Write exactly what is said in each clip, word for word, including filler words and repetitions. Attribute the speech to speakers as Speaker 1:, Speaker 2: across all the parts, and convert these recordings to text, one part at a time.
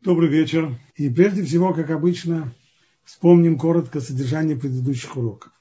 Speaker 1: Добрый вечер. И прежде всего, как обычно, вспомним коротко содержание предыдущих уроков.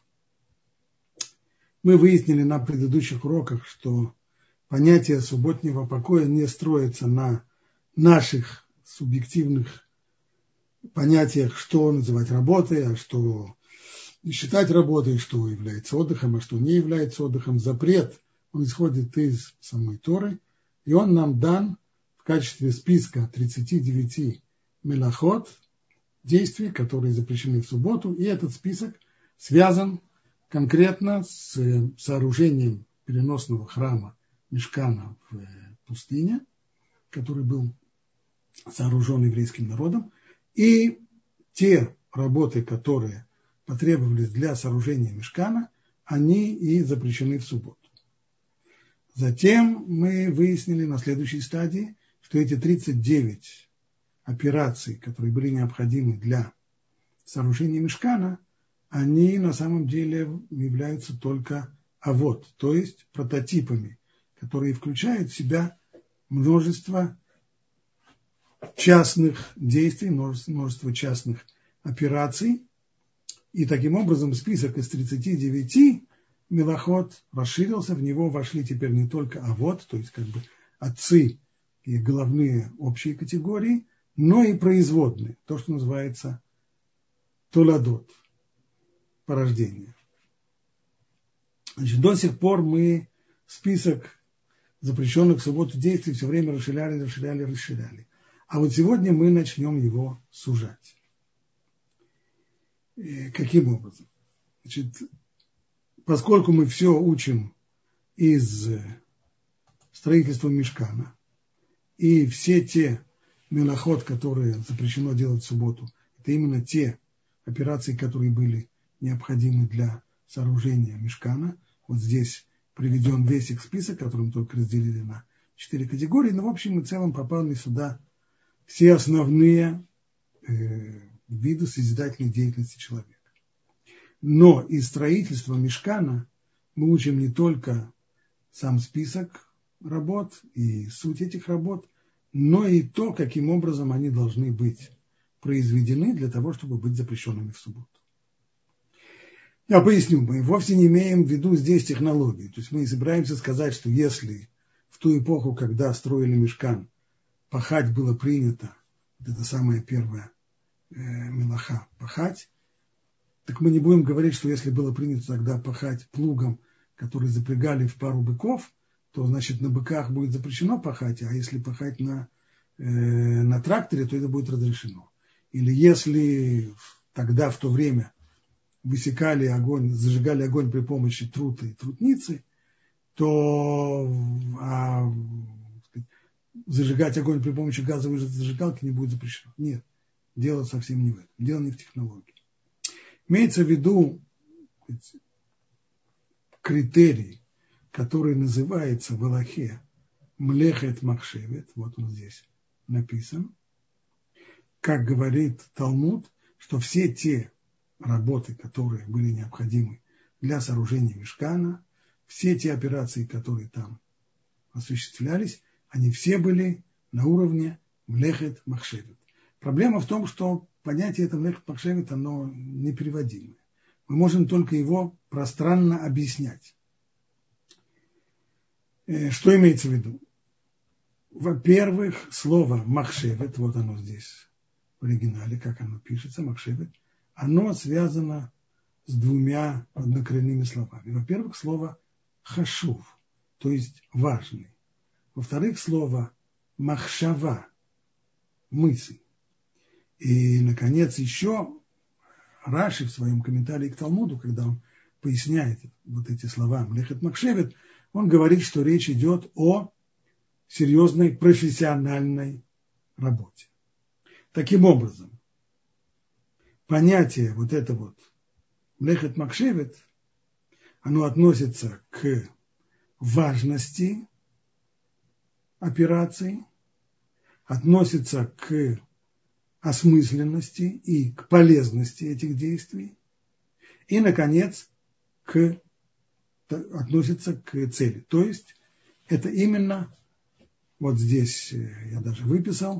Speaker 1: Мы выяснили на предыдущих уроках, что понятие субботнего покоя не строится на наших субъективных понятиях, что называть работой, а что не считать работой, что является отдыхом, а что не является отдыхом. Запрет, он исходит из самой Торы, и он нам дан в качестве списка тридцати девяти мелахот, действий, которые запрещены в субботу, и этот список связан конкретно с сооружением переносного храма Мишкана в пустыне, который был сооружен еврейским народом, и те работы, которые потребовались для сооружения Мишкана, они и запрещены в субботу. Затем мы выяснили на следующей стадии, что эти тридцать девять операций, которые были необходимы для сооружения Мишкана, они на самом деле являются только авот, то есть прототипами, которые включают в себя множество частных действий, множество, множество частных операций. И таким образом список из тридцати девяти мелахот расширился, в него вошли теперь не только авот, то есть как бы отцы и головные общие категории, но и производные, то, что называется толадот, порождение. Значит, до сих пор мы список запрещенных в субботу действий все время расширяли, расширяли, расширяли. А вот сегодня мы начнем его сужать. И каким образом? Значит, поскольку мы все учим из строительства Мишкана, и все те мелахот, которые запрещено делать в субботу, это именно те операции, которые были необходимы для сооружения Мишкана. Вот здесь приведен весь их список, который мы только разделили на четыре категории, но в общем и целом попали сюда все основные э, виды созидательной деятельности человека. Но из строительства Мишкана мы учим не только сам список работ и суть этих работ, но и то, каким образом они должны быть произведены для того, чтобы быть запрещенными в субботу. Я поясню, мы вовсе не имеем в виду здесь технологии. То есть мы не собираемся сказать, что если в ту эпоху, когда строили Мишкан, пахать было принято, вот это самая первая э, мелаха, пахать, так мы не будем говорить, что если было принято тогда пахать плугом, который запрягали в пару быков, то, значит, на быках будет запрещено пахать, а если пахать на, э, на тракторе, то это будет разрешено. Или если тогда, в то время, высекали огонь, зажигали огонь при помощи трута и трутницы, то а, сказать, зажигать огонь при помощи газовой зажигалки не будет запрещено. Нет, дело совсем не в этом, дело не в технологии. Имеется в виду сказать, критерий, который называется в Алахе млехет махшевет, вот он здесь написан, как говорит Талмуд, что все те работы, которые были необходимы для сооружения Мишкана, все те операции, которые там осуществлялись, они все были на уровне млехет махшевет. Проблема в том, что понятие это млехет махшевет, оно непереводимое. Мы можем только его пространно объяснять. Что имеется в виду? Во-первых, слово махшевет, вот оно здесь в оригинале, как оно пишется, махшевет, оно связано с двумя однокоренными словами. Во-первых, слово хашув, то есть важный. Во-вторых, слово махшава, мысль. И, наконец, еще Раши в своем комментарии к Талмуду, когда он поясняет вот эти слова млехет махшевет, он говорит, что речь идет о серьезной профессиональной работе. Таким образом, понятие вот это вот млехет махшевет, оно относится к важности операций, относится к осмысленности и к полезности этих действий, и, наконец, к, относится к цели. То есть это именно, вот здесь я даже выписал,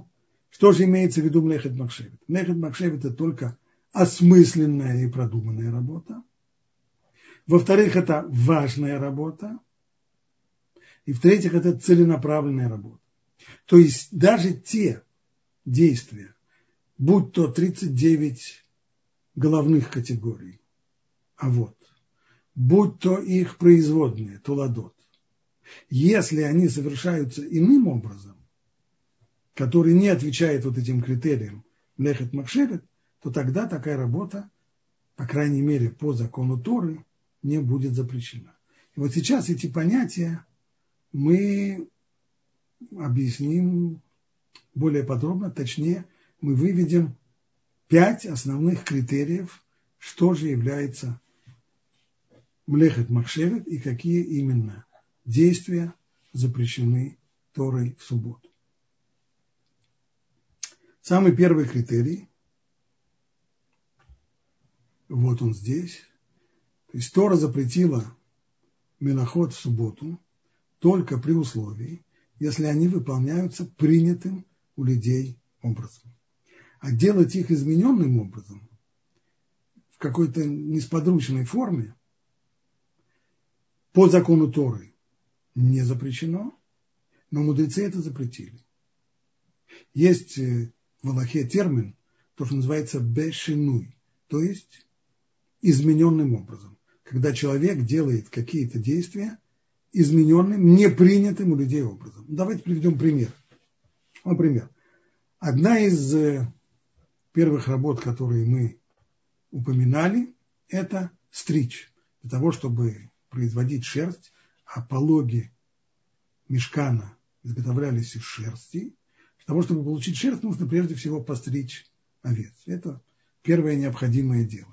Speaker 1: Что же имеется в виду млехет махшевет? Млехет махшевет – это только осмысленная и продуманная работа. Во-вторых, это важная работа. И в-третьих, это целенаправленная работа. То есть даже те действия, будь то тридцать девять головных категорий, а вот, будь то их производные, туладот, если они совершаются иным образом, который не отвечает вот этим критериям млехет махшевет, то тогда такая работа, по крайней мере, по закону Торы, не будет запрещена. И вот сейчас эти понятия мы объясним более подробно, точнее, мы выведем пять основных критериев, что же является млехет махшевет и какие именно действия запрещены Торой в субботу. Самый первый критерий, вот он здесь, то есть Тора запретила мелахот в субботу только при условии, если они выполняются принятым у людей образом. А делать их измененным образом, в какой-то несподручной форме, по закону Торы не запрещено, но мудрецы это запретили. Есть в Алахе термин, то, что называется бешинуй, то есть измененным образом, когда человек делает какие-то действия измененным, непринятым у людей образом. Давайте приведем пример. Например, одна из первых работ, которые мы упоминали, это стричь. Для того, чтобы производить шерсть, а пологи мишкана изготовлялись из шерсти. Для того, чтобы получить шерсть, нужно прежде всего постричь овец. Это первое необходимое дело.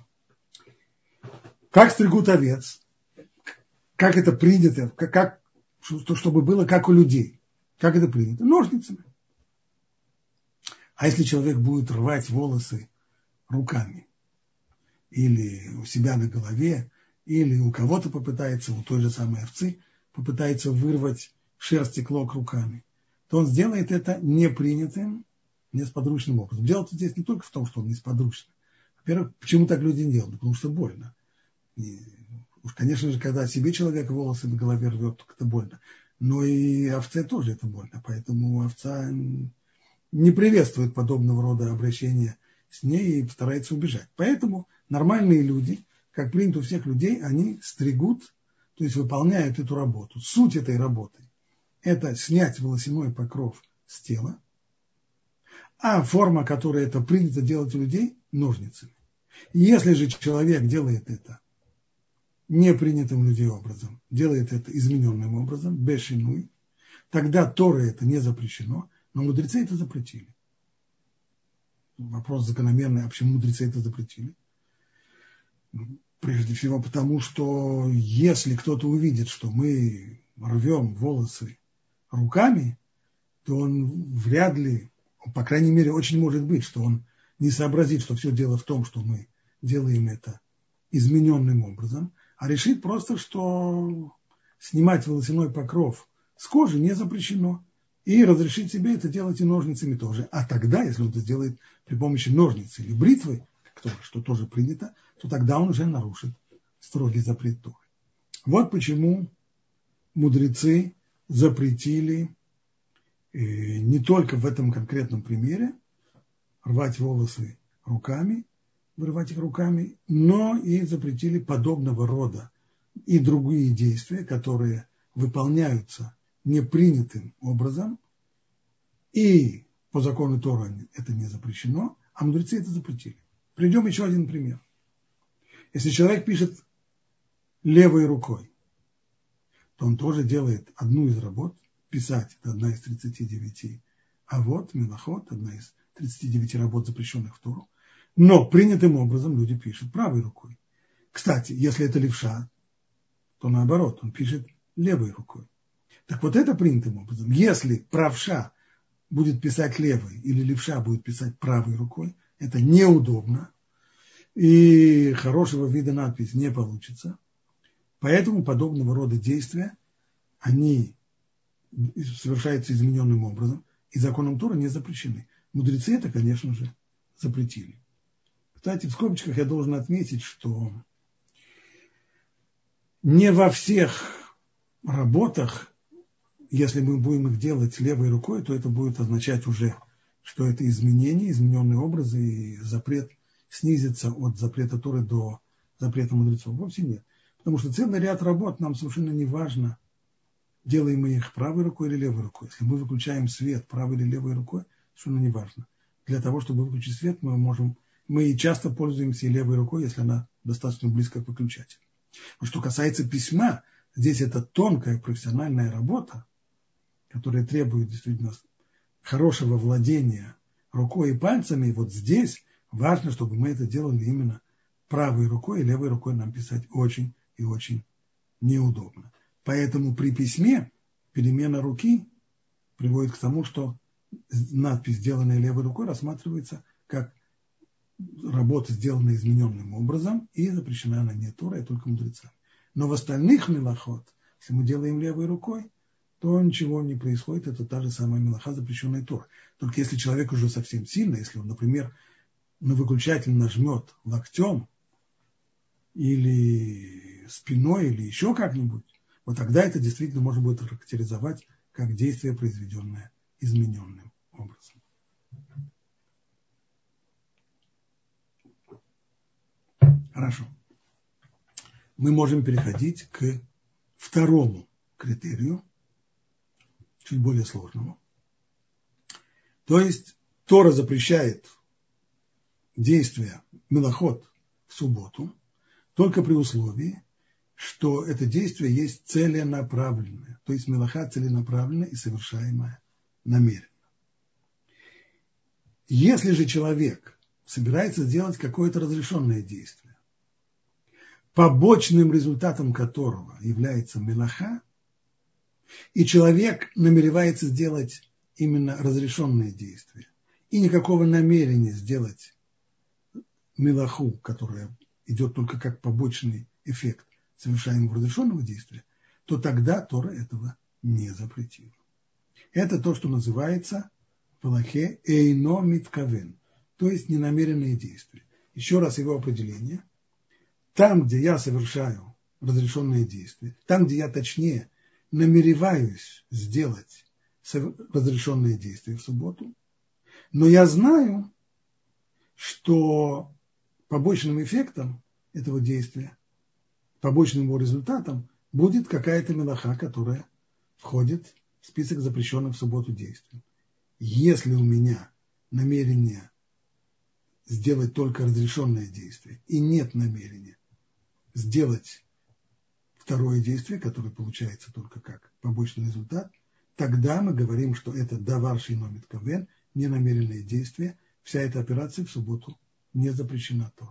Speaker 1: Как стригут овец? Как это принято? Как, как, чтобы было как у людей? Как это принято? Ножницами. А если человек будет рвать волосы руками, или у себя на голове, или у кого-то попытается, у той же самой овцы, попытается вырвать шерсть и клок руками, то он сделает это непринятым, несподручным образом. Дело здесь не только в том, что он несподручный. Во-первых, почему так люди делают? Потому что больно. И уж, конечно же, когда себе человек волосы на голове рвет, то это больно. Но и овце тоже это больно. Поэтому овца не приветствует подобного рода обращения с ней и старается убежать. Поэтому нормальные люди, как принято у всех людей, они стригут, то есть выполняют эту работу. Суть этой работы – это снять волосяной покров с тела, а форма, которая это принято делать у людей – ножницами. Если же человек делает это непринятым у людей образом, делает это измененным образом, бешинуй, тогда Тора это не запрещено, но мудрецы это запретили. Вопрос закономерный, а почему мудрецы это запретили? Прежде всего потому, что если кто-то увидит, что мы рвем волосы руками, то он вряд ли, по крайней мере, очень может быть, что он не сообразит, что все дело в том, что мы делаем это измененным образом, а решит просто, что снимать волосяной покров с кожи не запрещено. И разрешить себе это делать и ножницами тоже. А тогда, если он это сделает при помощи ножниц или бритвы, что тоже принято, то тогда он уже нарушит строгий запрет Торы. Вот почему мудрецы запретили э, не только в этом конкретном примере рвать волосы руками, вырывать их руками, но и запретили подобного рода и другие действия, которые выполняются непринятым образом, и по закону Торы это не запрещено, а мудрецы это запретили. Приведем еще один пример. Если человек пишет левой рукой, то он тоже делает одну из работ, писать – это одна из тридцати девяти, а вот мелахот – одна из тридцати девяти работ, запрещенных в Тору, но принятым образом люди пишут правой рукой. Кстати, если это левша, то наоборот, он пишет левой рукой. Так вот это принятым образом. Если правша будет писать левой или левша будет писать правой рукой, это неудобно, и хорошего вида надпись не получится. Поэтому подобного рода действия, они совершаются измененным образом, и законом Торы не запрещены. мудрецы это, конечно же, запретили. Кстати, в скобочках я должен отметить, что не во всех работах, если мы будем их делать левой рукой, то это будет означать уже, что это изменение, измененные образы, и запрет снизится от запрета Торы до запрета мудрецов. Вовсе нет. Потому что целый ряд работ нам совершенно не важно, делаем мы их правой рукой или левой рукой. Если мы выключаем свет правой или левой рукой, совершенно не важно. Для того, чтобы выключить свет, мы можем, мы часто пользуемся и левой рукой, если она достаточно близко к выключателю. Но что касается письма, здесь это тонкая профессиональная работа, которая требует действительно хорошего владения рукой и пальцами. И вот здесь важно, чтобы мы это делали именно правой рукой, и левой рукой нам писать очень и очень неудобно. Поэтому при письме перемена руки приводит к тому, что надпись, сделанная левой рукой, рассматривается как работа, сделанная измененным образом, и запрещена она не Торой, а только мудрецами. Но в остальных мелахот, если мы делаем левой рукой, то ничего не происходит, это та же самая мелаха, запрещенная Торой. Только если человек уже совсем сильный, если он, например, на выключатель нажмет локтем, или спиной, или еще как-нибудь, вот тогда это действительно можно будет характеризовать как действие, произведенное измененным образом. Хорошо. Мы можем переходить к второму критерию, чуть более сложному. То есть Тора запрещает действие мелахот в субботу только при условии, что это действие есть целенаправленное, то есть мелаха целенаправленная и совершаемая намеренно. Если же человек собирается сделать какое-то разрешенное действие, побочным результатом которого является мелаха, и человек намеревается сделать именно разрешенное действие, и никакого намерения сделать мелаху, которая идет только как побочный эффект совершаемого разрешенного действия, то тогда Тора этого не запретила. Это то, что называется в Алахе эйно миткавен, то есть ненамеренные действия. Еще раз его определение. Там, где я совершаю разрешенные действия, там, где я точнее намереваюсь сделать разрешенные действия в субботу, но я знаю, что побочным эффектом этого действия, побочным его результатом будет какая-то мелаха, которая входит в список запрещенных в субботу действий. Если у меня намерение сделать только разрешенное действие и нет намерения сделать второе действие, которое получается только как побочный результат, тогда мы говорим, что это давар шейно миткавен, ненамеренное действие, вся эта операция в субботу не запрещена Торой.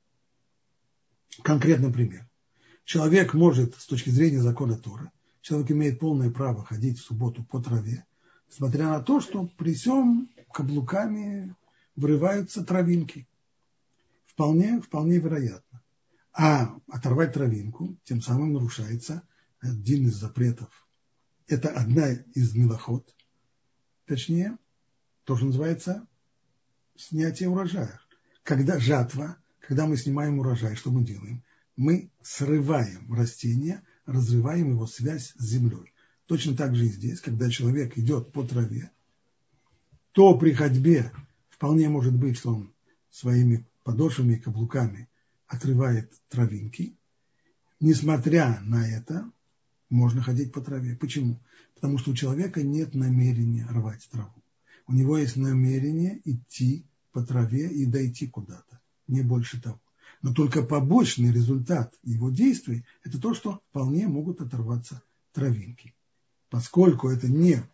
Speaker 1: Конкретный пример. Человек может, с точки зрения закона Торы, человек имеет полное право ходить в субботу по траве, несмотря на то, что при всем каблуками вырываются травинки. Вполне, вполне вероятно. А оторвать травинку, тем самым нарушается один из запретов. Это одна из мелахот, точнее, тоже называется снятие урожая. Когда жатва, когда мы снимаем урожай, что мы делаем? Мы срываем растение, разрываем его связь с землей. Точно так же и здесь, когда человек идет по траве, то при ходьбе вполне может быть, что он своими подошвами и каблуками отрывает травинки. Несмотря на это, можно ходить по траве. Почему? Потому что у человека нет намерения рвать траву. У него есть намерение идти по траве и дойти куда-то, не больше того. Но только побочный результат его действий – это то, что вполне могут оторваться травинки. Поскольку это не,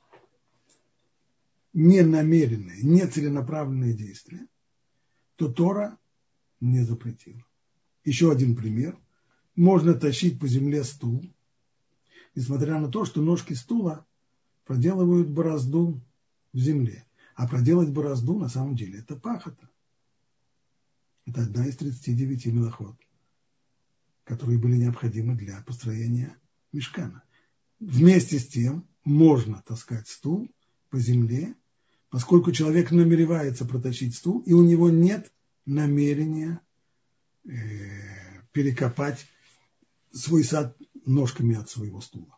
Speaker 1: не намеренное, не целенаправленное действие, то Тора не запретила. Еще один пример. Можно тащить по земле стул, несмотря на то, что ножки стула проделывают борозду в земле. А проделать борозду на самом деле это пахота. Это одна из тридцати девяти мелахот, которые были необходимы для построения мишкана. Вместе с тем можно таскать стул по земле, поскольку человек намеревается протащить стул, и у него нет намерения э, перекопать свой сад ножками от своего стула.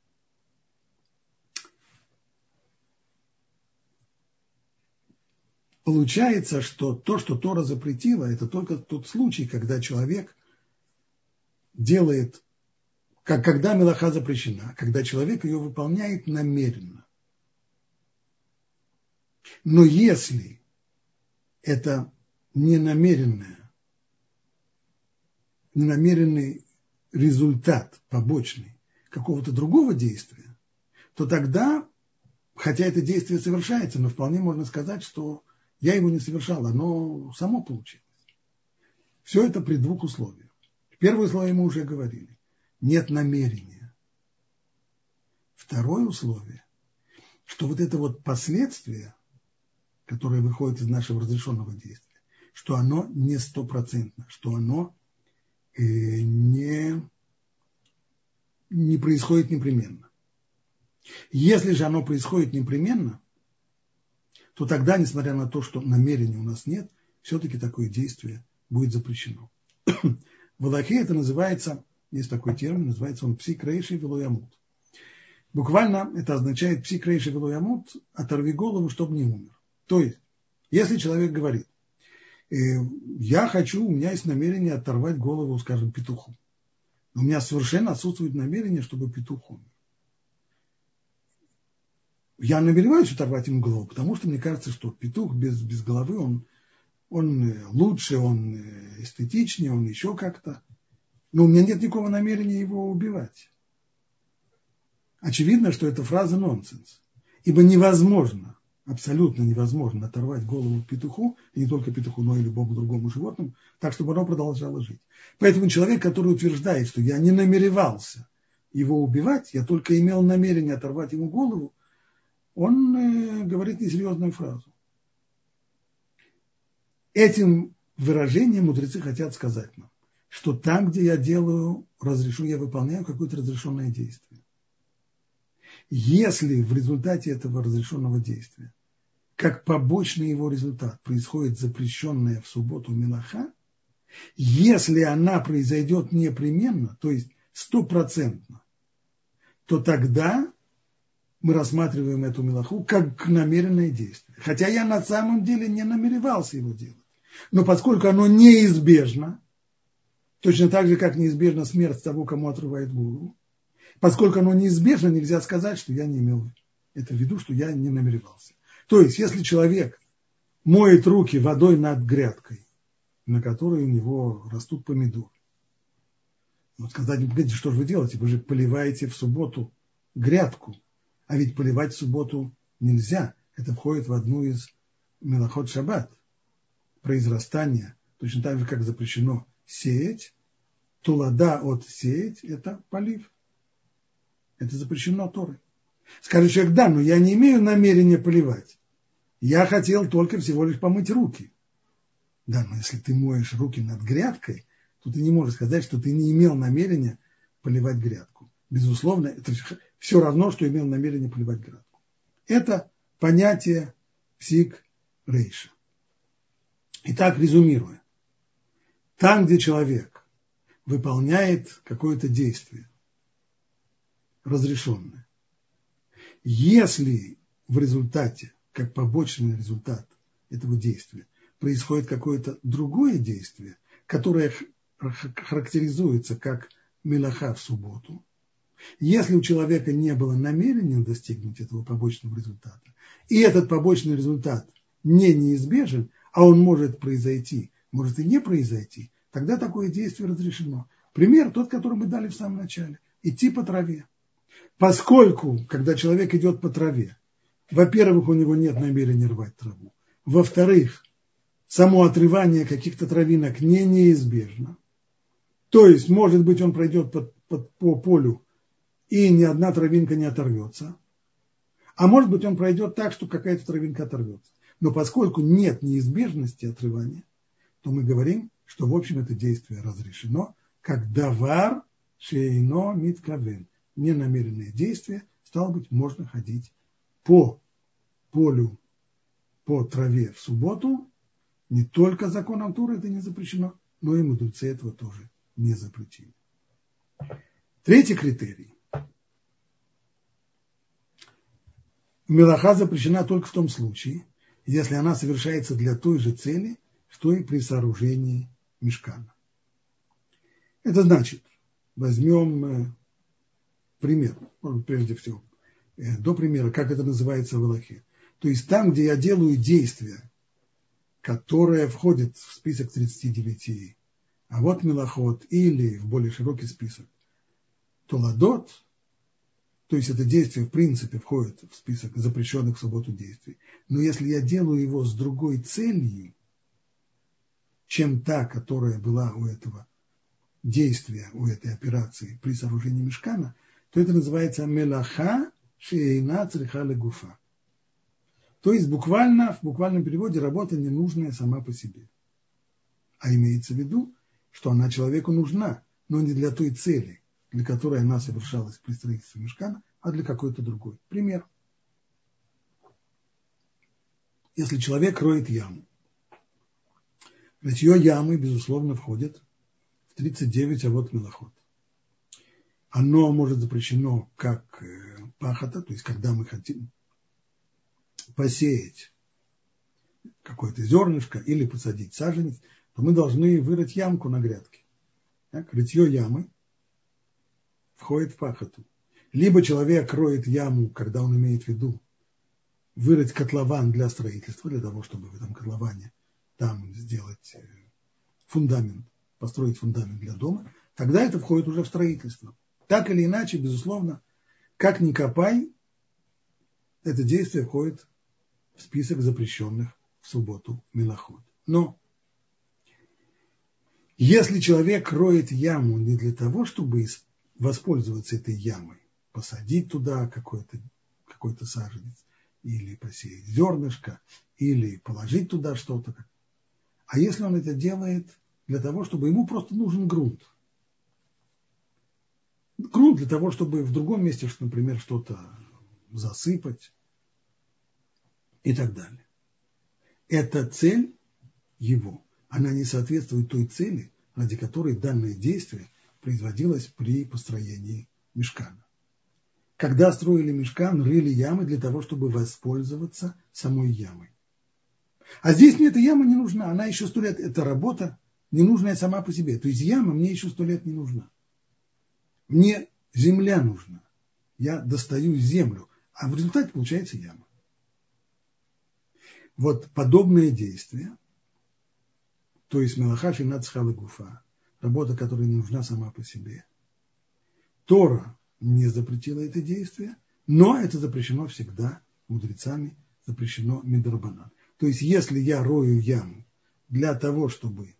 Speaker 1: Получается, что то, что Тора запретила, это только тот случай, когда человек делает, как когда мелаха запрещена, когда человек ее выполняет намеренно. Но если это ненамеренное, ненамеренный результат побочный какого-то другого действия, то тогда, хотя это действие совершается, но вполне можно сказать, что я его не совершал, оно само получилось. Все это при двух условиях. Первое условие мы уже говорили. Нет намерения. Второе условие, что вот это вот последствие, которое выходит из нашего разрешенного действия, что оно не стопроцентно, что оно э, не, не происходит непременно. Если же оно происходит непременно, то тогда, несмотря на то, что намерения у нас нет, все-таки такое действие будет запрещено. В Алахе это называется, есть такой термин, называется он псик рейши вело ямут. Буквально это означает псик рейши вело ямут, оторви голову, чтобы не умер. То есть, если человек говорит, я хочу, у меня есть намерение оторвать голову, скажем, петуху, но у меня совершенно отсутствует намерение, чтобы петух умер. Я намереваюсь оторвать ему голову, потому что мне кажется, что петух без, без головы, он, он лучше, он эстетичнее, он еще как-то. Но у меня нет никакого намерения его убивать. Очевидно, что эта фраза нонсенс. Ибо невозможно, абсолютно невозможно оторвать голову петуху, и не только петуху, но и любому другому животному, так, чтобы оно продолжало жить. Поэтому человек, который утверждает, что я не намеревался его убивать, я только имел намерение оторвать ему голову, он э, говорит несерьезную фразу. Этим выражением мудрецы хотят сказать нам, что там, где я делаю, разрешу, я выполняю какое-то разрешенное действие. Если в результате этого разрешенного действия, как побочный его результат, происходит запрещенная в субботу мелаха, если она произойдет непременно, то есть стопроцентно, то тогда мы рассматриваем эту мелаху как намеренное действие. Хотя я на самом деле не намеревался его делать. Но поскольку оно неизбежно, точно так же, как неизбежна смерть того, кому отрывает голову, поскольку оно неизбежно, нельзя сказать, что я не имел это в виду, что я не намеревался. То есть, если человек моет руки водой над грядкой, на которой у него растут помидоры, вот сказать, погодите, что же вы делаете? Вы же поливаете в субботу грядку. А ведь поливать в субботу нельзя. Это входит в одну из мелахот шаббат. Произрастание. Точно так же, как запрещено сеять. Тулада от сеять – это полив. Это запрещено Торой. Скажет человек, да, но я не имею намерения поливать. Я хотел только всего лишь помыть руки. Да, но если ты моешь руки над грядкой, то ты не можешь сказать, что ты не имел намерения поливать грядку. Безусловно, это все равно, что имел намерение поливать грядку. Это понятие псик рейша. Итак, резюмируя. Там, где человек выполняет какое-то действие, разрешенное, если в результате, как побочный результат этого действия, происходит какое-то другое действие, которое характеризуется как мелаха в субботу, если у человека не было намерения достигнуть этого побочного результата, и этот побочный результат не неизбежен, а он может произойти, может и не произойти, тогда такое действие разрешено. Пример тот, который мы дали в самом начале. Идти по траве. Поскольку, когда человек идет по траве, во-первых, у него нет намерения рвать траву. Во-вторых, само отрывание каких-то травинок не неизбежно. То есть, может быть, он пройдет под, под, по полю, и ни одна травинка не оторвется. А может быть, он пройдет так, что какая-то травинка оторвется. Но поскольку нет неизбежности отрывания, то мы говорим, что в общем это действие разрешено, как давар шейно миткавен. Ненамеренное действие, стало быть, можно ходить по полю по траве в субботу, не только законом Торы это не запрещено, но и мудрецы этого тоже не запретили. Третий критерий. Мелаха запрещена только в том случае, если она совершается для той же цели, что и при сооружении мишкана. Это значит, возьмем пример, прежде всего, до примера, как это называется в Алахе. То есть там, где я делаю действия, которое входит в список тридцати девяти, а вот мелахот или в более широкий список толадот, то есть это действие в принципе входит в список запрещенных в субботу действий. Но если я делаю его с другой целью, чем та, которая была у этого действия, у этой операции при сооружении мишкана, то это называется мелаха шеэйна цриха легуфа. То есть буквально, в буквальном переводе работа ненужная сама по себе. А имеется в виду, что она человеку нужна, но не для той цели, для которой она совершалась при строительстве мишкана, а для какой-то другой. Пример. Если человек роет яму, рытье ямы, безусловно, входит в тридцать девять авот мелахот. Оно может запрещено как пахота, то есть когда мы хотим посеять какое-то зернышко или посадить саженец, то мы должны вырыть ямку на грядке. Так, рытье ямы входит в пахоту. Либо человек роет яму, когда он имеет в виду вырыть котлован для строительства, для того, чтобы в этом котловане там сделать фундамент, построить фундамент для дома, тогда это входит уже в строительство. Так или иначе, безусловно, как ни копай, это действие входит в список запрещенных в субботу мелахот. Но если человек роет яму не для того, чтобы воспользоваться этой ямой, посадить туда какой-то, какой-то саженец, или посеять зернышко, или положить туда что-то, а если он это делает для того, чтобы ему просто нужен грунт, грунт для того, чтобы в другом месте, например, что-то засыпать и так далее. Эта цель его, она не соответствует той цели, ради которой данное действие производилось при построении мишкана. Когда строили мишкан, рыли ямы для того, чтобы воспользоваться самой ямой. А здесь мне эта яма не нужна, она еще сто лет, эта работа ненужная сама по себе. То есть яма мне еще сто лет не нужна. Мне земля нужна. Я достаю землю, а в результате получается яма. Вот подобное действие, то есть мелаха шеэйна цриха легуфа, работа, которая не нужна сама по себе. Тора не запретила это действие, но это запрещено всегда мудрецами, запрещено мидрабанан. То есть если я рою яму для того, чтобы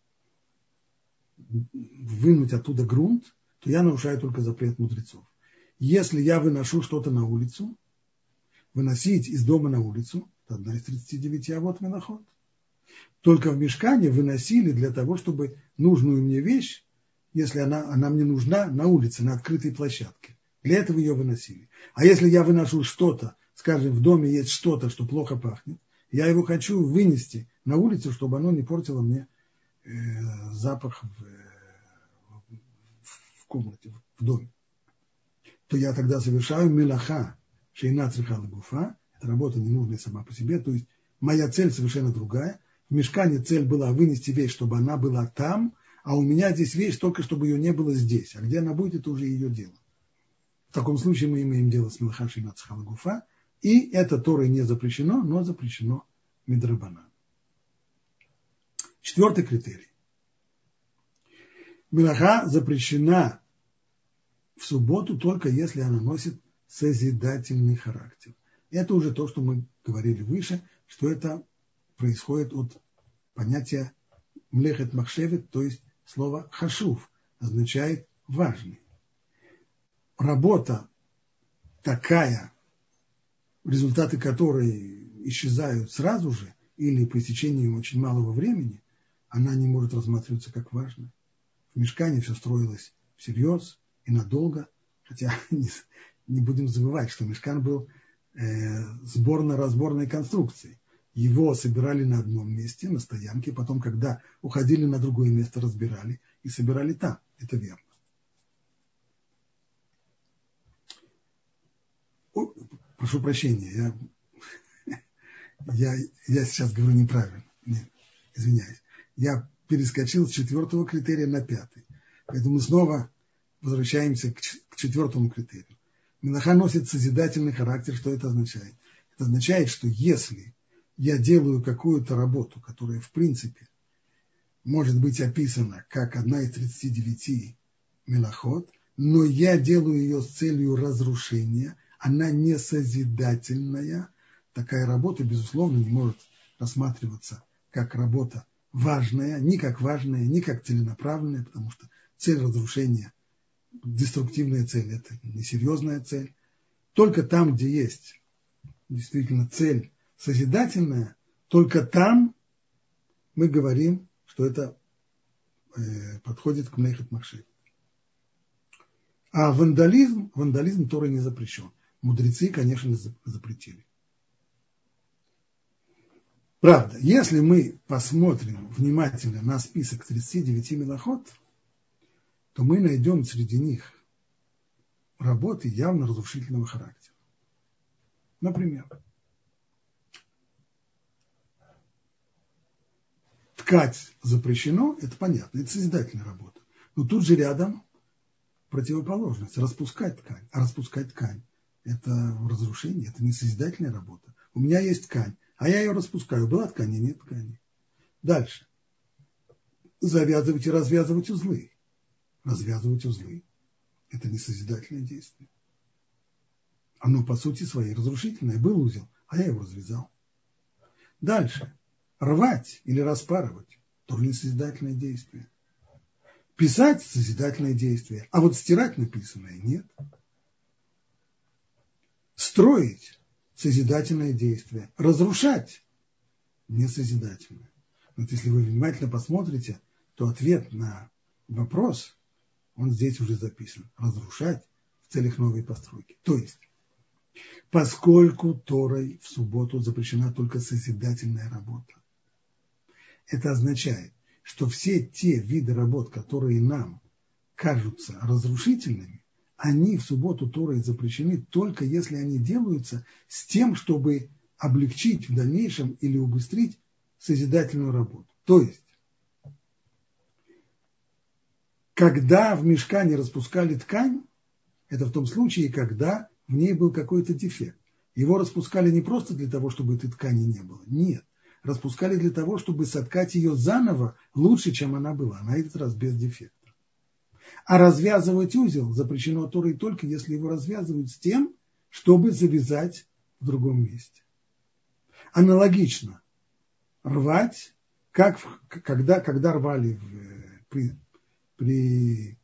Speaker 1: вынуть оттуда грунт, то я нарушаю только запрет мудрецов. Если я выношу что-то на улицу, выносить из дома на улицу, это одна из тридцати девяти авот мелахот. Только в мишкане выносили для того, чтобы нужную мне вещь, если она, она мне нужна на улице, на открытой площадке. Для этого ее выносили. А если я выношу что-то, скажем, в доме есть что-то, что плохо пахнет, я его хочу вынести на улицу, чтобы оно не портило мне э, запах в, э, в комнате, в доме, то я тогда совершаю мелаха шеэйна цриха легуфа. Эта работа не нужная сама по себе, то есть моя цель совершенно другая. В мишкане цель была вынести вещь, чтобы она была там, а у меня здесь вещь только, чтобы ее не было здесь. А где она будет, это уже ее дело. В таком случае мы имеем дело с мелаха шеэйна цриха легуфа, и это Торой не запрещено, но запрещено мидрабанан. Четвертый критерий. Мелаха запрещена в субботу только если она носит созидательный характер. Это уже то, что мы говорили выше, что это происходит от понятия млехет махшевет, то есть слово хашув, означает важный. Работа такая, результаты которой исчезают сразу же или по истечении очень малого времени, она не может рассматриваться как важная. В мишкане все строилось всерьез и надолго, хотя не, не будем забывать, что мишкан был э, сборно-разборной конструкцией. его собирали на одном месте, на стоянке, потом, когда уходили на другое место, разбирали и собирали там. Это верно. О, прошу прощения, я, я, я сейчас говорю неправильно. Нет, извиняюсь. Я перескочил с четвертого критерия на пятый. Поэтому мы снова возвращаемся к, к четвертому критерию. Мелаха носит созидательный характер. Что это означает? Это означает, что если я делаю какую-то работу, которая в принципе может быть описана как одна из тридцати девяти мелахот, но я делаю ее с целью разрушения, она не созидательная, такая работа, безусловно, не может рассматриваться как работа важная, ни как важная, ни как целенаправленная, потому что цель разрушения, деструктивная цель, это несерьезная цель. Только там, где есть действительно цель созидательная, только там мы говорим, что это э, подходит к млехет махшир. А вандализм, вандализм Торой не запрещен. Мудрецы, конечно, запретили. Правда, если мы посмотрим внимательно на список тридцати девяти мелахот, то мы найдем среди них работы явно разрушительного характера. Например, ткать запрещено, это понятно, это созидательная работа. Но тут же рядом противоположность, распускать ткань. А распускать ткань – это разрушение, это не созидательная работа. У меня есть ткань, а я ее распускаю. Была ткань, нет ткани. Дальше. Завязывать и развязывать узлы. Развязывать узлы – это не созидательное действие. Оно по сути своей разрушительное. Был узел, а я его развязал. Дальше. Рвать или распарывать – тоже не созидательное действие. Писать – созидательное действие, а вот стирать написанное – нет. Строить – созидательное действие. Разрушать – не созидательное. Вот если вы внимательно посмотрите, то ответ на вопрос, он здесь уже записан. Разрушать в целях новой постройки. То есть, поскольку Торой в субботу запрещена только созидательная работа, это означает, что все те виды работ, которые нам кажутся разрушительными, они в субботу Торой запрещены только если они делаются с тем, чтобы облегчить в дальнейшем или убыстрить созидательную работу. То есть, когда в мишкане распускали ткань, это в том случае, когда в ней был какой-то дефект. Его распускали не просто для того, чтобы этой ткани не было. Нет. Распускали для того, чтобы соткать ее заново лучше, чем она была, на этот раз без дефекта. А развязывать узел запрещено Торой только если его развязывают с тем, чтобы завязать в другом месте. Аналогично рвать, как в, когда, когда рвали в, при, при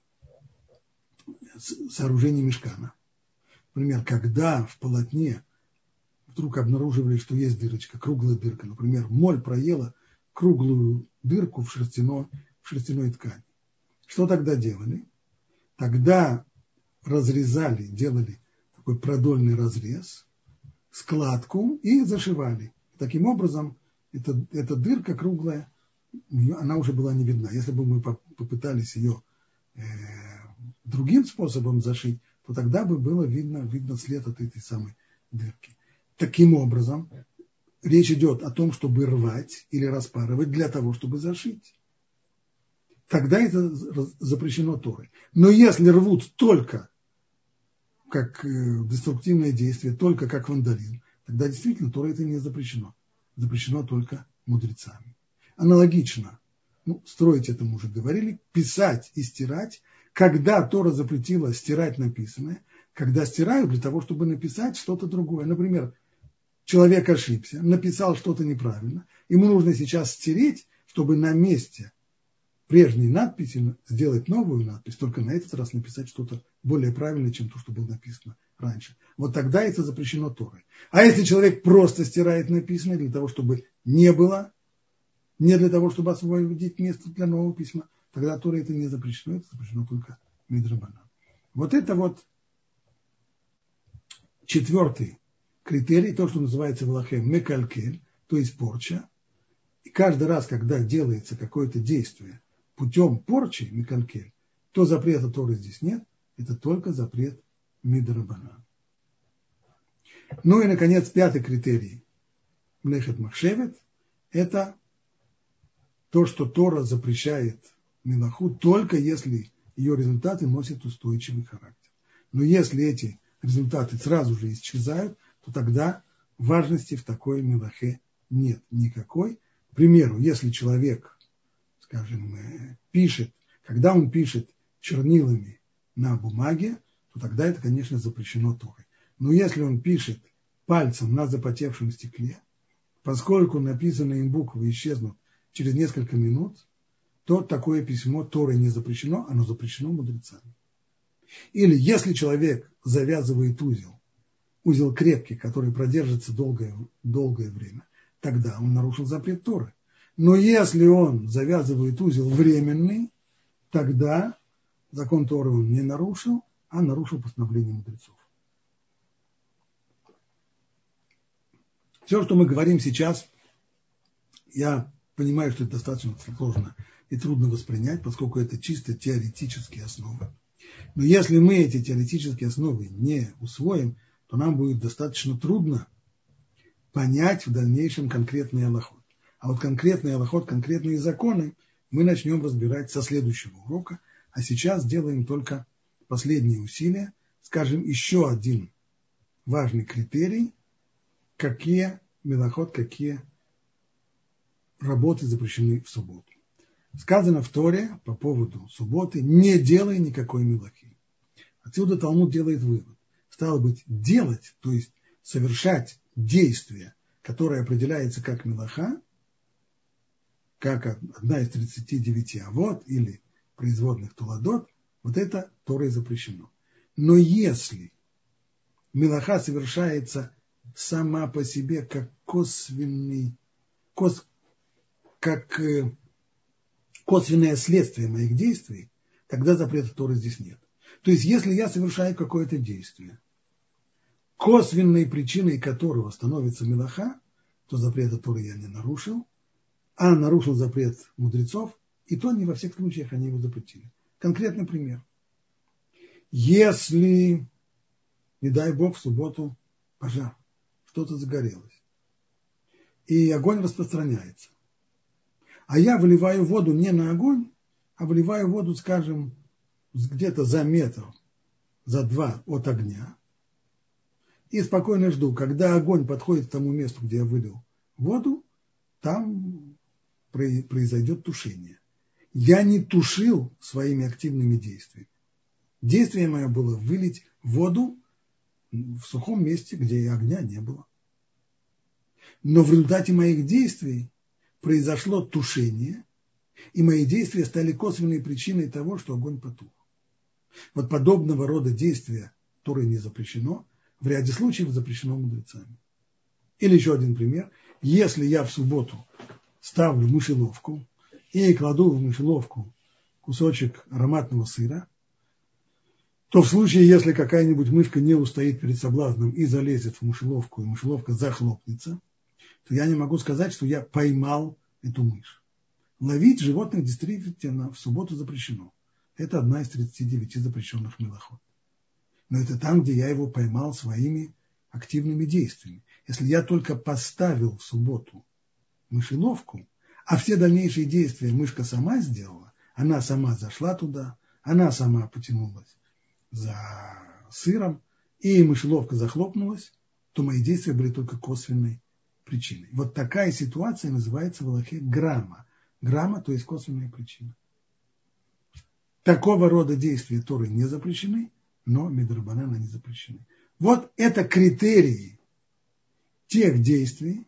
Speaker 1: сооружении мишкана. Например, когда в полотне вдруг обнаруживали, что есть дырочка, круглая дырка. Например, моль проела круглую дырку в шерстяной, в шерстяной ткани. Что тогда делали? Тогда разрезали, делали такой продольный разрез, складку и зашивали. Таким образом, эта, эта дырка круглая, она уже была не видна. Если бы мы попытались ее э, другим способом зашить, то тогда бы было видно, видно след от этой самой дырки. Таким образом, речь идет о том, чтобы рвать или распарывать для того, чтобы зашить. Тогда это запрещено Торой. Но если рвут только как деструктивное действие, только как вандализм, тогда действительно Торой это не запрещено. Запрещено только мудрецами. Аналогично, ну, строить это мы уже говорили, писать и стирать, когда Тора запретила стирать написанное, когда стирают для того, чтобы написать что-то другое. Например, человек ошибся, написал что-то неправильно, ему нужно сейчас стереть, чтобы на месте прежней надписи сделать новую надпись, только на этот раз написать что-то более правильное, чем то, что было написано раньше. Вот тогда это запрещено Торой. А если человек просто стирает написанное для того, чтобы не было, не для того, чтобы освободить место для нового письма, тогда Торой это не запрещено, это запрещено только мидрабанан. Вот это вот четвертый критерий, то, что называется в Алахе мекалькель, то есть порча. И каждый раз, когда делается какое-то действие путем порчи, микалькель, то запрета Торы здесь нет, это только запрет мидрабанан. Ну и, наконец, пятый критерий млехет махшевет – это то, что Тора запрещает мелаху, только если ее результаты носят устойчивый характер. Но если эти результаты сразу же исчезают, то тогда важности в такой мелахе нет никакой. К примеру, если человек, скажем, пишет, когда он пишет чернилами на бумаге, то тогда это, конечно, запрещено Торой. Но если он пишет пальцем на запотевшем стекле, поскольку написанные им буквы исчезнут через несколько минут, то такое письмо Торой не запрещено, оно запрещено мудрецами. Или если человек завязывает узел, узел крепкий, который продержится долгое, долгое время, тогда он нарушил запрет Торы. Но если он завязывает узел временный, тогда закон Торы он не нарушил, а нарушил постановление мудрецов. Все, что мы говорим сейчас, я понимаю, что это достаточно сложно и трудно воспринять, поскольку это чисто теоретические основы. Но если мы эти теоретические основы не усвоим, то нам будет достаточно трудно понять в дальнейшем конкретный алахот. А вот конкретный алахот, конкретные законы мы начнем разбирать со следующего урока. А сейчас сделаем только последние усилия. Скажем, еще один важный критерий, какие мелахот, какие работы запрещены в субботу. Сказано в Торе по поводу субботы: не делай никакой мелахи. Отсюда Талмуд делает вывод. Стало быть, делать, то есть совершать действие, которое определяется как мелаха, как одна из тридцати девяти авот или производных туладот, вот это Торой запрещено. Но если мелаха совершается сама по себе как косвенный, кос, как косвенное следствие моих действий, тогда запрета Торы здесь нет. То есть, если я совершаю какое-то действие, косвенной причиной которого становится мелаха, то запрета Торы я не нарушил, а нарушил запрет мудрецов, и то не во всех случаях они его запретили. Конкретный пример. Если, не дай Бог, в субботу пожар, что-то загорелось, и огонь распространяется, а я выливаю воду не на огонь, а выливаю воду, скажем, где-то за метр, за два от огня, и спокойно жду, когда огонь подходит к тому месту, где я вылил воду, там произойдет тушение. Я не тушил своими активными действиями. Действие мое было вылить воду в сухом месте, где и огня не было. Но в результате моих действий произошло тушение, и мои действия стали косвенной причиной того, что огонь потух. Вот подобного рода действия, которое не запрещено, в ряде случаев запрещено мудрецами. Или еще один пример. Если я в субботу ставлю мышеловку и кладу в мышеловку кусочек ароматного сыра, то в случае, если какая-нибудь мышка не устоит перед соблазном и залезет в мышеловку, и мышеловка захлопнется, то я не могу сказать, что я поймал эту мышь. Ловить животных действительно в субботу запрещено. Это одна из тридцати девяти запрещенных мелахот. Но это там, где я его поймал своими активными действиями. Если я только поставил в субботу мышеловку, а все дальнейшие действия мышка сама сделала, она сама зашла туда, она сама потянулась за сыром, и мышеловка захлопнулась, то мои действия были только косвенной причиной. Вот такая ситуация называется в алахе грамма. Грамма, то есть косвенная причина. Такого рода действия Торы не запрещены, но мидрабанан они запрещены. Вот это критерии тех действий,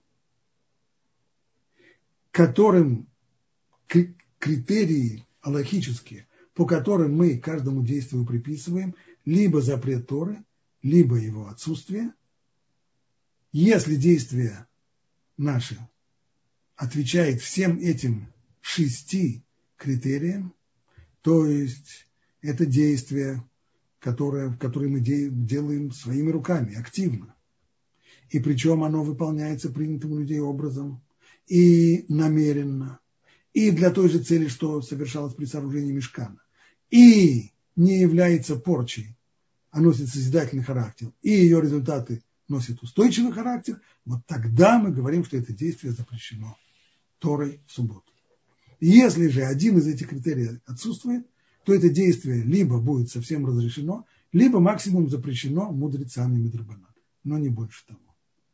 Speaker 1: которым критерии алахические, по которым мы каждому действию приписываем либо запрет Торы, либо его отсутствие. Если действие наше отвечает всем этим шести критериям, то есть это действие, которое, которое мы делаем своими руками, активно. и причем оно выполняется принятым у людей образом, и намеренно, и для той же цели, что совершалось при сооружении мишкана, и не является порчей, а носит созидательный характер, и ее результаты носят устойчивый характер, вот тогда мы говорим, что это действие запрещено Торой в субботу. Если же один из этих критериев отсутствует, то это действие либо будет совсем разрешено, либо максимум запрещено мудрецами мидрабанан, но не больше того.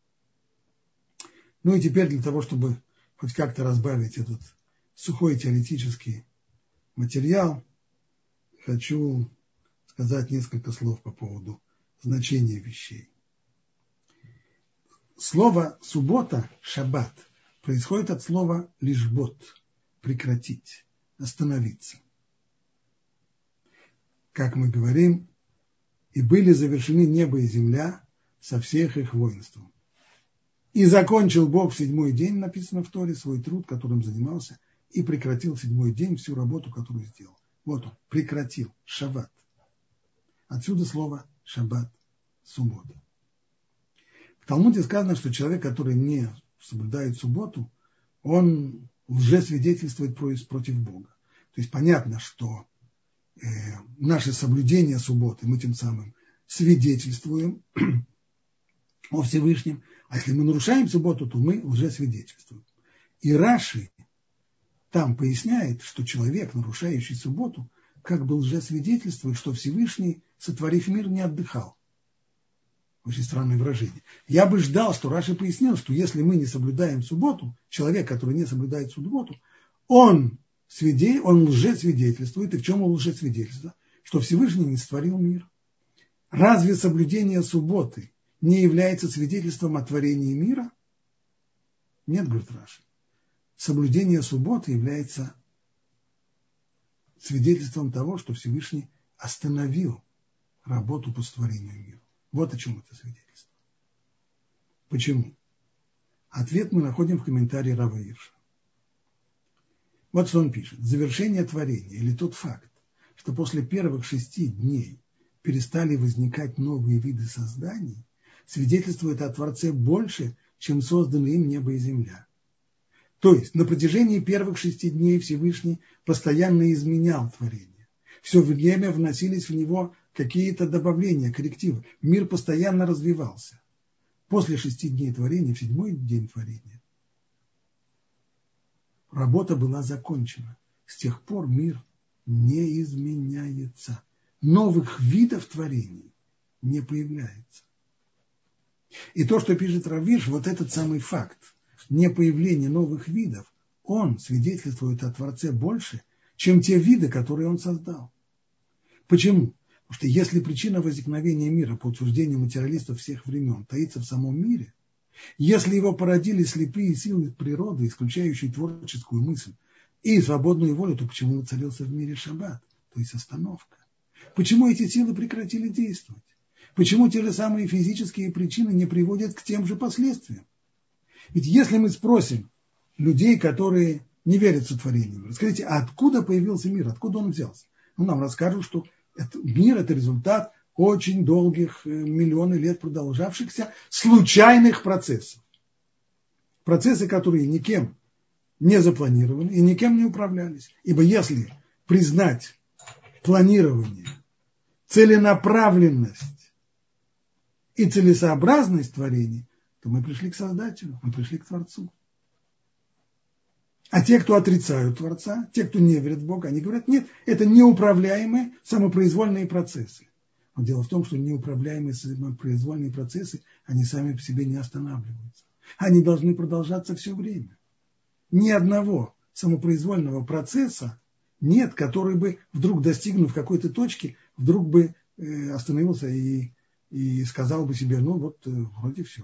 Speaker 1: Ну и теперь для того, чтобы хоть как-то разбавить этот сухой теоретический материал, хочу сказать несколько слов по поводу значения вещей. Слово «суббота», «шаббат» происходит от слова «лишбот», «прекратить», «остановиться». Как мы говорим, «и были завершены небо и земля со всех их воинством». И закончил Бог в седьмой день, написано в Торе, свой труд, которым занимался, и прекратил в седьмой день всю работу, которую сделал. Вот он, прекратил, шаббат. Отсюда слово шаббат, суббота. В Талмуде сказано, что человек, который не соблюдает субботу, он лжесвидетельствует против Бога. То есть понятно, что э, наше соблюдение субботы, мы тем самым свидетельствуем о Всевышнем, а если мы нарушаем субботу, то мы лжесвидетельствуем. И Раши там поясняет, что человек, нарушающий субботу, как бы лжесвидетельствует, что Всевышний, сотворив мир, не отдыхал. Очень странное выражение. Я бы ждал, что Раши пояснил, что если мы не соблюдаем субботу, человек, который не соблюдает субботу, он, свидетель, он лжесвидетельствует. И в чем он лжесвидетельствует? Что Всевышний не сотворил мир. Разве соблюдение субботы не является свидетельством о творении мира? Нет, говорит Раши. Соблюдение субботы является свидетельством того, что Всевышний остановил работу по сотворению мира. Вот о чем это свидетельство. Почему? Ответ мы находим в комментарии Рава Ирша. Вот что он пишет. Завершение творения, или тот факт, что после первых шести дней перестали возникать новые виды созданий, свидетельствует о Творце больше, чем созданы им небо и земля. То есть на протяжении первых шести дней Всевышний постоянно изменял творение. Все время вносились в него какие-то добавления, коррективы. Мир постоянно развивался. После шести дней творения, в седьмой день творения, работа была закончена. С тех пор мир не изменяется. Новых видов творений не появляется. И то, что пишет Рав Ирш, вот этот самый факт, не появления новых видов, он свидетельствует о Творце больше, чем те виды, которые он создал. Почему? Потому что если причина возникновения мира, по утверждению материалистов всех времен, таится в самом мире, если его породили слепые силы природы, исключающие творческую мысль и свободную волю, то почему воцарился в мире шаббат, то есть остановка? Почему эти силы прекратили действовать? Почему те же самые физические причины не приводят к тем же последствиям? Ведь если мы спросим людей, которые не верят в сотворение мира, скажите, а откуда появился мир, откуда он взялся? Ну, нам расскажут, что это, мир – это результат очень долгих, миллионы лет продолжавшихся случайных процессов. Процессы, которые никем не запланированы и никем не управлялись. Ибо если признать планирование, целенаправленность и целесообразность творений, то мы пришли к Создателю, мы пришли к Творцу. А те, кто отрицают Творца, те, кто не верят в Бога, они говорят, нет, это неуправляемые самопроизвольные процессы. Но дело в том, что неуправляемые самопроизвольные процессы, они сами по себе не останавливаются. Они должны продолжаться все время. Ни одного самопроизвольного процесса нет, который бы, вдруг достигнув какой-то точки, вдруг бы э, остановился и, и сказал бы себе, ну вот, э, вроде все.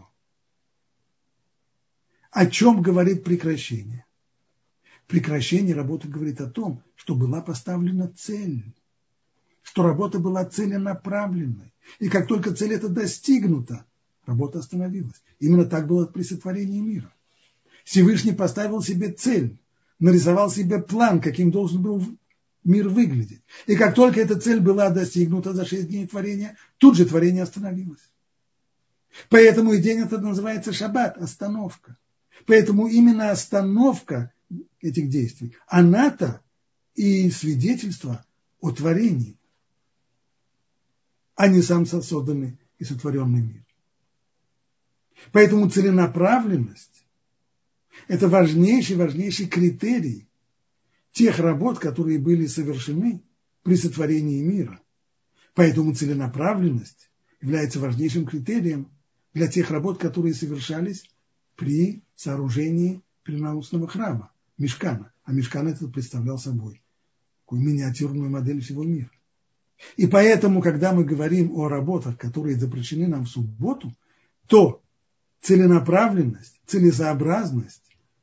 Speaker 1: О чем говорит прекращение? Прекращение работы говорит о том, что была поставлена цель, что работа была целенаправленной. И как только цель эта достигнута, работа остановилась. Именно так было при сотворении мира. Всевышний поставил себе цель, нарисовал себе план, каким должен был мир выглядеть. И как только эта цель была достигнута за шесть дней творения, тут же творение остановилось. Поэтому и день этот называется шаббат, остановка. Поэтому именно остановка этих действий, она-то и свидетельство о творении, а не сам созданный и сотворенный мир. Поэтому целенаправленность – это важнейший, важнейший критерий тех работ, которые были совершены при сотворении мира. Поэтому целенаправленность является важнейшим критерием для тех работ, которые совершались при сооружении переносного храма, мишкана. А мишкан этот представлял собой такую миниатюрную модель всего мира. И поэтому, когда мы говорим о работах, которые запрещены нам в субботу, то целенаправленность, целесообразность,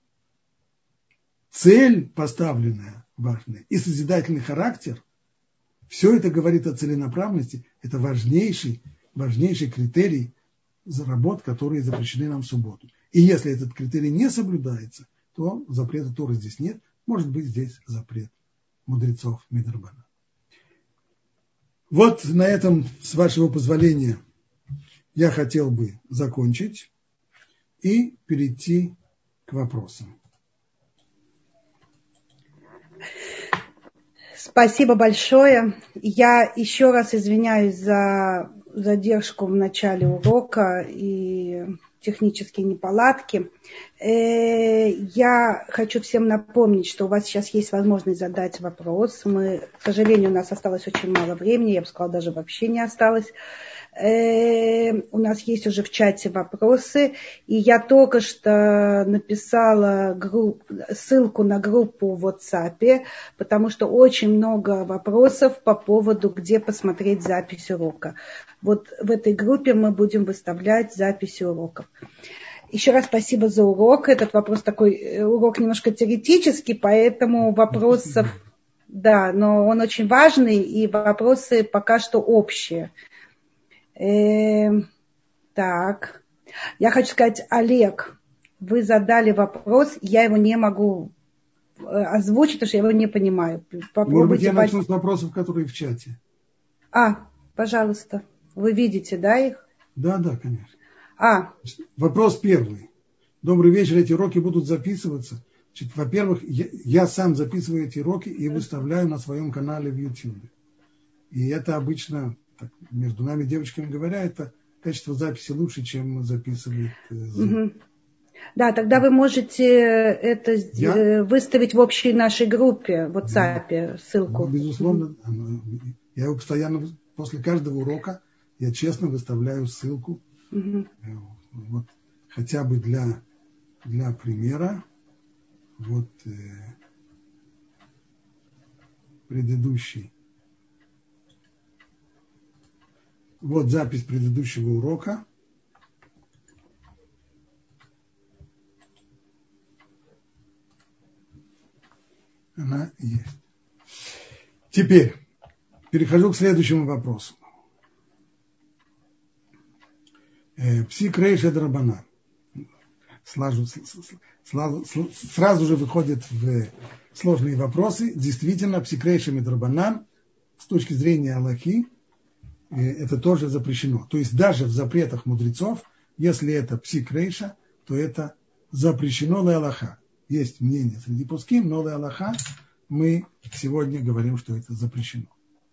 Speaker 1: цель поставленная важная и созидательный характер, все это говорит о целенаправленности, это важнейший, важнейший критерий за работ, которые запрещены нам в субботу. И если этот критерий не соблюдается, то запрета Торы здесь нет, может быть здесь запрет мудрецов Мидрбана. Вот на этом, с вашего позволения, я хотел бы закончить и перейти к вопросам.
Speaker 2: Спасибо большое. Я еще раз извиняюсь за задержку в начале урока и технические неполадки. Я хочу всем напомнить, что у вас сейчас есть возможность задать вопрос. Мы, к сожалению, у нас осталось очень мало времени, я бы сказала, даже вообще не осталось. У нас есть уже в чате вопросы, и я только что написала групп, ссылку на группу в WhatsApp, потому что очень много вопросов по поводу, где посмотреть запись урока. Вот в этой группе мы будем выставлять записи уроков. Еще раз спасибо за урок. Этот вопрос такой, урок немножко теоретический, поэтому вопросов, да, но он очень важный, и вопросы пока что общие. Э, так, я хочу сказать, Олег, вы задали вопрос, я его не могу озвучить, потому что я его не понимаю. Попробуйте.
Speaker 1: Может быть, я начну с вопросов, которые в чате.
Speaker 2: А, пожалуйста, вы видите, да, их?
Speaker 1: Да, да, конечно.
Speaker 2: А.
Speaker 1: Вопрос первый. Добрый вечер, эти уроки будут записываться. Значит, во-первых, я, я сам записываю эти уроки и выставляю на своем канале в YouTube. И это обычно... Так, между нами, девочками говоря, это качество записи лучше, чем записывает Zoom. Угу.
Speaker 2: Да, тогда вы можете это я? выставить в общей нашей группе в WhatsApp, да. Ссылку.
Speaker 1: Ну, безусловно. Угу. Я его постоянно, после каждого урока, я честно выставляю ссылку. Угу. Вот, хотя бы для, для примера. Вот э, предыдущий. Вот запись предыдущего урока. Она есть. Теперь перехожу к следующему вопросу. Псик рейш эд рабанан. Сразу, сразу, сразу же выходят в сложные вопросы. Действительно, псик рейш эд рабанан с точки зрения Аллахи это тоже запрещено. То есть даже в запретах мудрецов, если это псик рейша, то это запрещено ле Аллаха. Есть мнение среди пуским, но ле Аллаха мы сегодня говорим, что это запрещено.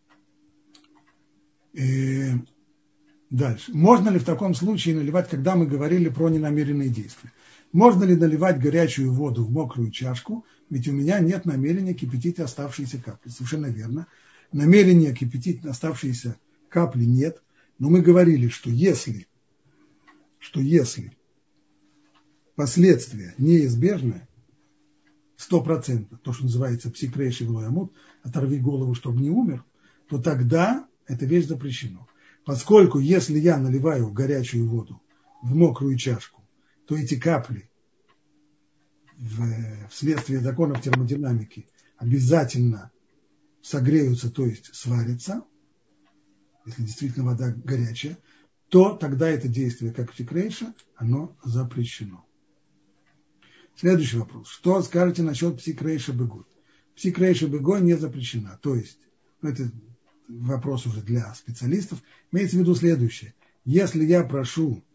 Speaker 1: И дальше. Можно ли в таком случае наливать, когда мы говорили про ненамеренные действия? Можно ли наливать горячую воду в мокрую чашку? Ведь у меня нет намерения кипятить оставшиеся капли. Совершенно верно. Намерения кипятить оставшиеся капли нет, но мы говорили, что если, что если последствия неизбежны, сто процентов, то, что называется псик рейш вело ямут, оторви голову, чтобы не умер, то тогда эта вещь запрещена. Поскольку если я наливаю горячую воду в мокрую чашку, то эти капли в, вследствие законов термодинамики обязательно согреются, то есть сварятся, если действительно вода горячая, то тогда это действие, как псик рейша, оно запрещено. Следующий вопрос. Что скажете насчет псик рейша бегой? Псик рейша бегой не запрещена. То есть, это вопрос уже для специалистов. Имеется в виду следующее. Если я прошу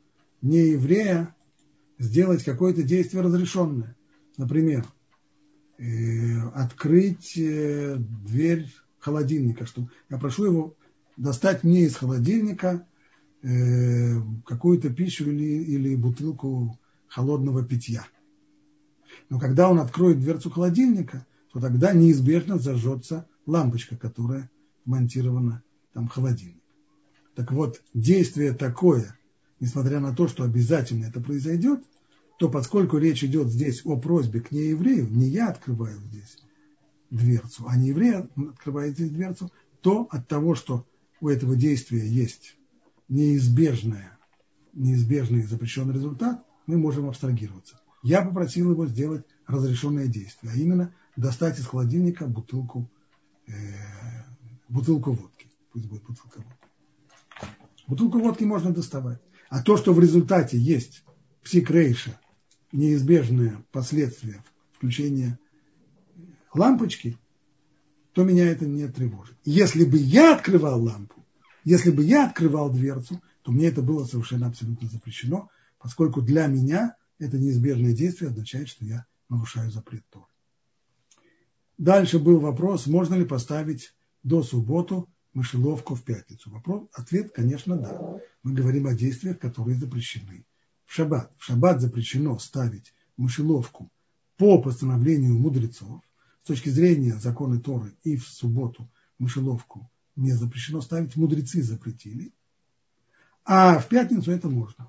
Speaker 1: нееврея сделать какое-то действие разрешенное. Например, э, открыть э, дверь холодильника. Что я прошу его достать мне из холодильника э, какую-то пищу или, или бутылку холодного питья. Но когда он откроет дверцу холодильника, то тогда неизбежно зажжется лампочка, которая монтирована там в холодильник. Так вот, действие такое, несмотря на то, что обязательно это произойдет, то поскольку речь идет здесь о просьбе к нееврею, не я открываю здесь дверцу, а нееврей открывает здесь дверцу, то от того, что у этого действия есть неизбежное, неизбежный запрещенный результат, мы можем абстрагироваться. Я попросил его сделать разрешенное действие, а именно достать из холодильника бутылку, э, бутылку водки. Пусть будет бутылка водки. Бутылку водки можно доставать. А то, что в результате есть псик-рейша, неизбежное последствие включения лампочки, то меня это не тревожит. Если бы я открывал лампу, если бы я открывал дверцу, то мне это было совершенно абсолютно запрещено, поскольку для меня это неизбежное действие означает, что я нарушаю запрет Торы. Дальше был вопрос, можно ли поставить до субботу мышеловку в пятницу. Вопрос, ответ, конечно, да. Мы говорим о действиях, которые запрещены. В шаббат. В шаббат запрещено ставить мышеловку по постановлению мудрецов. С точки зрения закона Торы и в субботу мышеловку не запрещено ставить. Мудрецы запретили. А в пятницу это можно.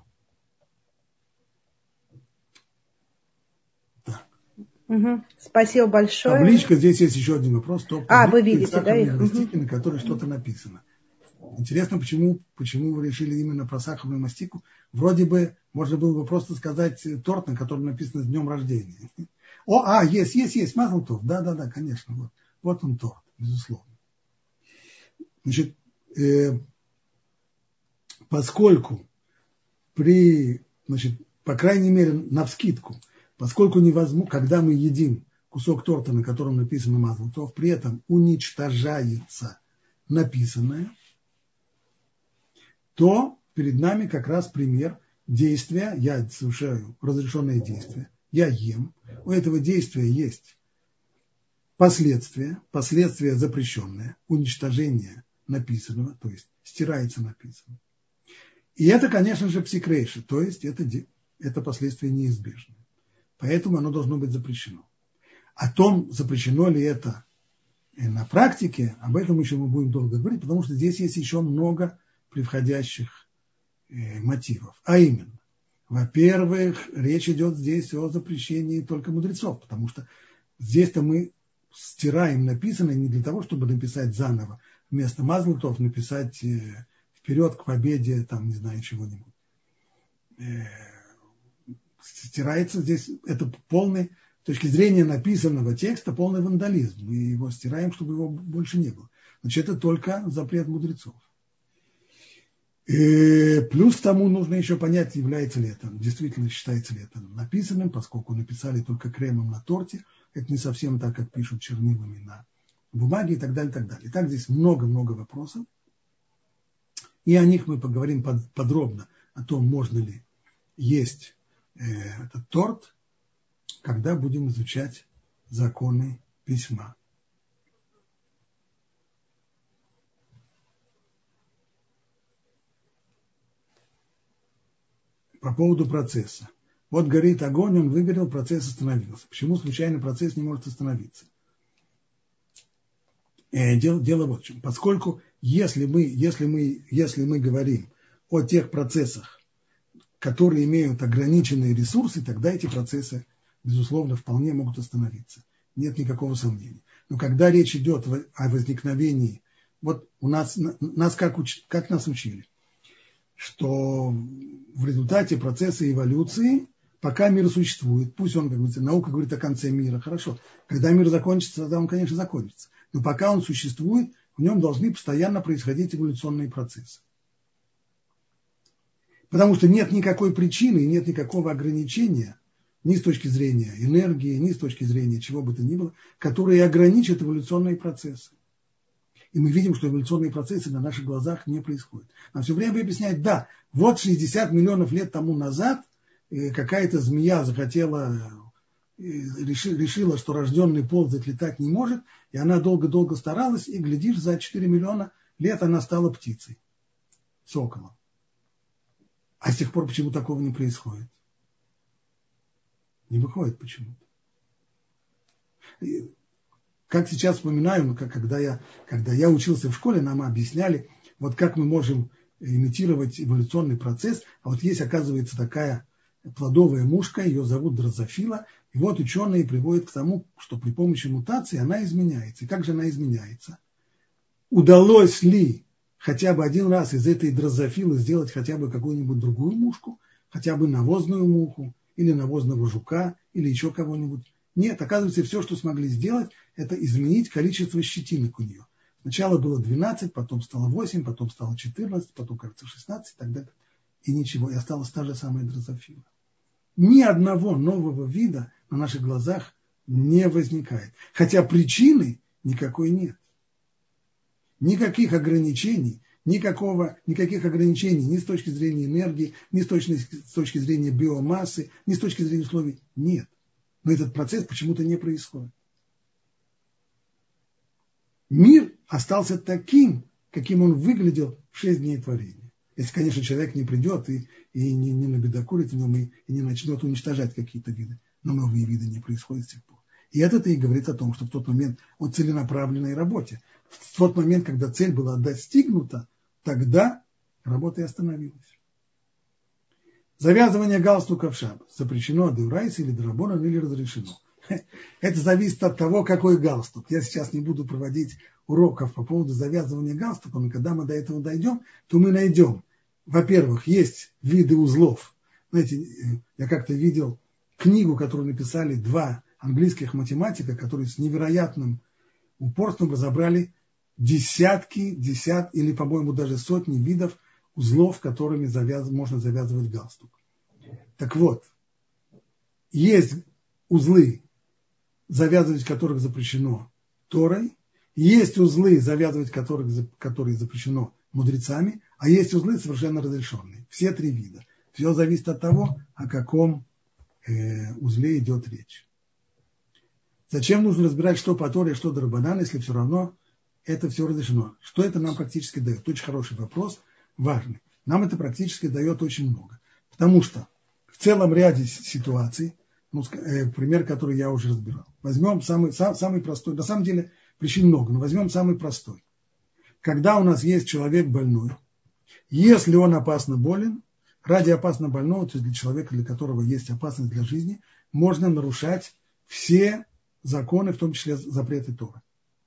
Speaker 2: Угу. Спасибо большое.
Speaker 1: Табличка, здесь есть еще один вопрос. Топ,
Speaker 2: а, вы видите, да? Их?
Speaker 1: Мастики, угу. На которой что-то написано. Интересно, почему, почему вы решили именно про сахарную мастику? Вроде бы можно было бы просто сказать торт, на котором написано «С днем рождения». О, а, есть, есть, есть, мазал торт. Да, да, да, конечно. Вот, вот он торт, безусловно. Значит, э, поскольку при, значит, по крайней мере, навскидку, поскольку невозможно, когда мы едим кусок торта, на котором написано мазал торт, при этом уничтожается написанное, то перед нами как раз пример действия. Я совершаю разрешенное действие, я ем. У этого действия есть последствия, последствия запрещенные, уничтожение написанного, то есть стирается написанное. И это, конечно же, псикрейша, то есть это, это последствия неизбежные. Поэтому оно должно быть запрещено. О том, запрещено ли это на практике, об этом еще мы будем долго говорить, потому что здесь есть еще много превходящих э, мотивов. А именно, во-первых, речь идет здесь о запрещении только мудрецов, потому что здесь-то мы стираем написанное не для того, чтобы написать заново, вместо мазал тов написать э, вперед к победе, там, не знаю, чего-нибудь. Э, стирается здесь, это полный, с точки зрения написанного текста, полный вандализм. Мы его стираем, чтобы его больше не было. Значит, это только запрет мудрецов. И плюс к тому нужно еще понять, является ли это, действительно считается ли это написанным, поскольку написали только кремом на торте. Это не совсем так, как пишут чернилами на бумаге и так далее, и так далее. Итак, здесь много-много вопросов. И о них мы поговорим подробно, о том, можно ли есть этот торт, когда будем изучать законы письма. По поводу процесса. Вот горит огонь, он выгорел, процесс остановился. Почему случайно процесс не может остановиться? Э, дело, дело вот в чем. Поскольку если мы, если, мы, если мы говорим о тех процессах, которые имеют ограниченные ресурсы, тогда эти процессы, безусловно, вполне могут остановиться. Нет никакого сомнения. Но когда речь идет о возникновении, вот у нас, нас как, уч, как нас учили, что в результате процесса эволюции, пока мир существует, пусть он, как говорится, наука говорит о конце мира, хорошо, когда мир закончится, тогда он, конечно, закончится. Но пока он существует, в нем должны постоянно происходить эволюционные процессы. Потому что нет никакой причины, нет никакого ограничения, ни с точки зрения энергии, ни с точки зрения чего бы то ни было, которые ограничат эволюционные процессы. И мы видим, что эволюционные процессы на наших глазах не происходят. Нам все время объясняют, да, вот шестьдесят миллионов лет тому назад какая-то змея захотела, решила, что рожденный ползать, летать не может, и она долго-долго старалась, и, глядишь, за четыре миллиона лет она стала птицей, соколом. А с тех пор почему такого не происходит? Не выходит почему-то. Как сейчас вспоминаю, когда я, когда я учился в школе, нам объясняли, вот как мы можем имитировать эволюционный процесс. А вот есть, оказывается, такая плодовая мушка, ее зовут дрозофила. И вот ученые приводят к тому, что при помощи мутации она изменяется. И как же она изменяется? Удалось ли хотя бы один раз из этой дрозофилы сделать хотя бы какую-нибудь другую мушку, хотя бы навозную муху, или навозного жука, или еще кого-нибудь? Нет, оказывается, все, что смогли сделать, это изменить количество щетинок у нее. Сначала было двенадцать, потом стало восемь, потом стало четырнадцать, потом, кажется, шестнадцать, и так далее. И ничего, и осталась та же самая дрозофила. Ни одного нового вида на наших глазах не возникает. Хотя причины никакой нет. Никаких ограничений, никакого, никаких ограничений ни с точки зрения энергии, ни с точки, с точки зрения биомассы, ни с точки зрения условий нет. Но этот процесс почему-то не происходит. Мир остался таким, каким он выглядел в шесть дней творения. Если, конечно, человек не придет и, и не, не набедокурит в нем, и, и не начнет уничтожать какие-то виды. Но новые виды не происходят с тех пор. И это-то и говорит о том, что в тот момент о целенаправленной работе. В тот момент, когда цель была достигнута, тогда работа и остановилась. Завязывание галстука в шаббат запрещено деорайса или драбонан, или разрешено. Это зависит от того, какой галстук. Я сейчас не буду проводить уроков по поводу завязывания галстука, но когда мы до этого дойдем, то мы найдем. Во-первых, есть виды узлов. Знаете, я как-то видел книгу, которую написали два английских математика, которые с невероятным упорством разобрали десятки, десят или, по-моему, даже сотни видов узлов, которыми завяз... можно завязывать галстук. Так вот, есть узлы, завязывать которых запрещено Торой, есть узлы, завязывать которых, которые запрещено мудрецами, а есть узлы совершенно разрешенные. Все три вида. Все зависит от того, о каком э, узле идет речь. Зачем нужно разбирать, что по Торе, что драбанан, если все равно это все разрешено? Что это нам практически дает? Очень хороший вопрос, важный. Нам это практически дает очень много. Потому что в целом ряде ситуаций, ну, э, пример, который я уже разбирал, возьмем самый, сам, самый простой, на самом деле причин много, но возьмем самый простой. Когда у нас есть человек больной, если он опасно болен, ради опасно больного, то есть для человека, для которого есть опасность для жизни, можно нарушать все законы, в том числе запреты Торы.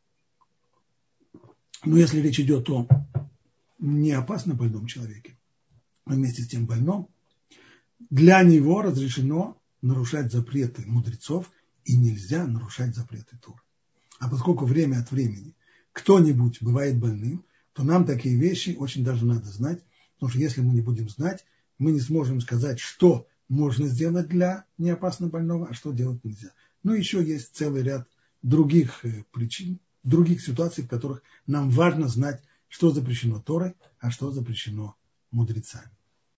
Speaker 1: Но если речь идет о не опасно больном человеке, а вместе с тем больном, для него разрешено нарушать запреты мудрецов и нельзя нарушать запреты Торы. А поскольку время от времени кто-нибудь бывает больным, то нам такие вещи очень даже надо знать, потому что если мы не будем знать, мы не сможем сказать, что можно сделать для неопасно больного, а что делать нельзя. Ну, еще есть целый ряд других причин, других ситуаций, в которых нам важно знать, что запрещено Торой, а что запрещено мудрецами.